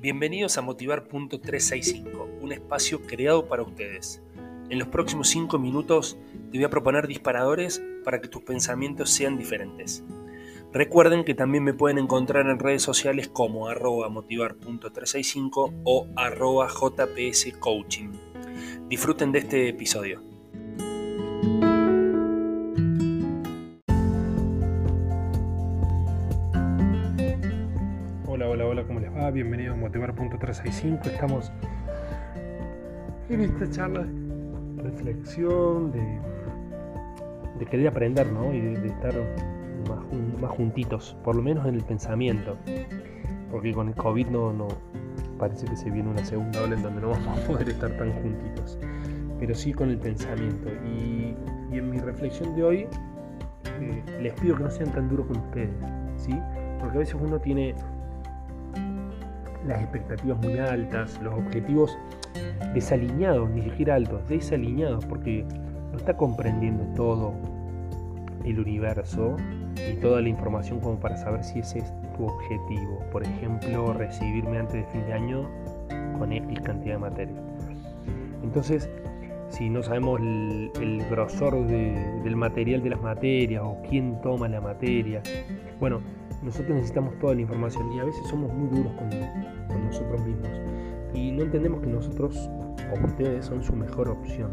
Bienvenidos a Motivar.365, un espacio creado para ustedes. En los próximos 5 minutos te voy a proponer disparadores para que tus pensamientos sean diferentes. Recuerden que también me pueden encontrar en redes sociales como @motivar.365 o @jpscoaching. Disfruten de este episodio. Hola, ¿cómo les va? Bienvenidos a Motivar.365. Estamos en esta charla de reflexión, de querer aprender, ¿no? Y de estar más juntitos, por lo menos en el pensamiento. Porque con el COVID no parece que se viene una segunda ola en donde no vamos a poder estar tan juntitos. Pero sí con el pensamiento. Y en mi reflexión de hoy les pido que no sean tan duros con ustedes, ¿sí? Porque a veces uno tiene las expectativas muy altas, los objetivos desalineados, ni siquiera altos, desalineados, porque no está comprendiendo todo el universo y toda la información como para saber si ese es tu objetivo. Por ejemplo, recibirme antes de fin de año con X cantidad de materia. Entonces, si no sabemos el grosor del material de las materias o quién toma la materia, bueno, nosotros necesitamos toda la información y a veces somos muy duros con nosotros mismos y no entendemos que nosotros o ustedes son su mejor opción.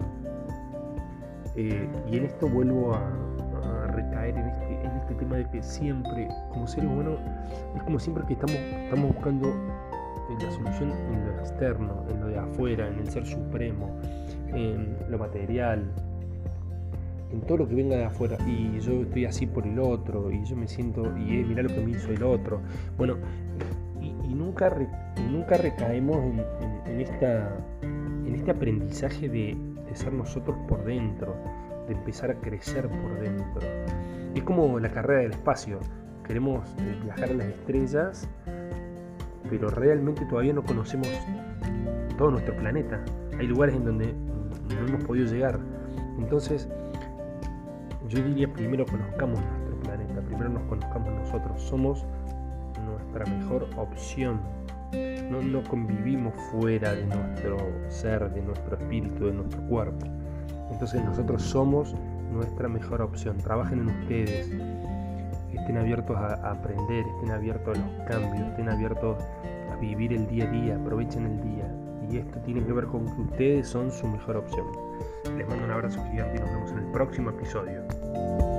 Y en esto vuelvo a recaer en este tema de que siempre, como seres humanos, es como siempre que estamos buscando la solución en lo externo, en lo de afuera, en el ser supremo, en lo material, en todo lo que venga de afuera, y yo estoy así por el otro, y yo me siento, y mirá lo que me hizo el otro. Bueno, y nunca recaemos en este aprendizaje de ser nosotros por dentro, de empezar a crecer por dentro. Es como la carrera del espacio. Queremos viajar a las estrellas, pero realmente todavía no conocemos todo nuestro planeta. Hay lugares en donde no hemos podido llegar. Entonces, yo diría primero conozcamos nuestro planeta, primero nos conozcamos nosotros, somos nuestra mejor opción, no convivimos fuera de nuestro ser, de nuestro espíritu, de nuestro cuerpo. Entonces nosotros somos nuestra mejor opción. Trabajen en ustedes, estén abiertos a aprender, estén abiertos a los cambios, estén abiertos a vivir el día a día, aprovechen el día. Y esto tiene que ver con que ustedes son su mejor opción. Les mando un abrazo gigante y nos vemos en el próximo episodio.